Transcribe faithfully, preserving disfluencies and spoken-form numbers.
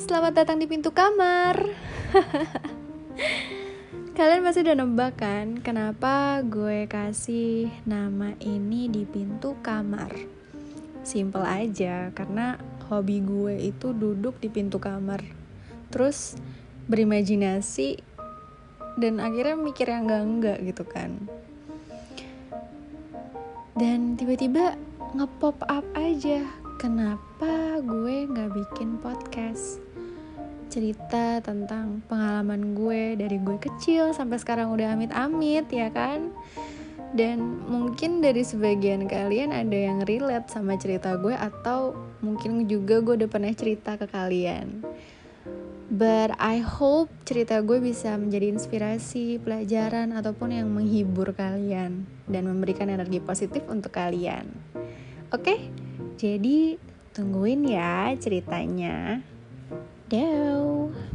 selamat datang di pintu kamar. Kalian pasti udah nebak kan kenapa gue kasih nama ini di pintu kamar. Simple aja, karena hobi gue itu duduk di pintu kamar, terus berimajinasi dan akhirnya mikir yang enggak-enggak gitu kan. Dan tiba-tiba nge-pop up aja, kenapa gue gak bikin podcast cerita tentang pengalaman gue dari gue kecil sampai sekarang udah amit-amit ya kan. Dan mungkin dari sebagian kalian ada yang relate sama cerita gue, atau mungkin juga gue udah pernah cerita ke kalian. But I hope cerita gue bisa menjadi inspirasi, pelajaran, ataupun yang menghibur kalian dan memberikan energi positif untuk kalian. Oke, jadi tungguin ya ceritanya. Dah.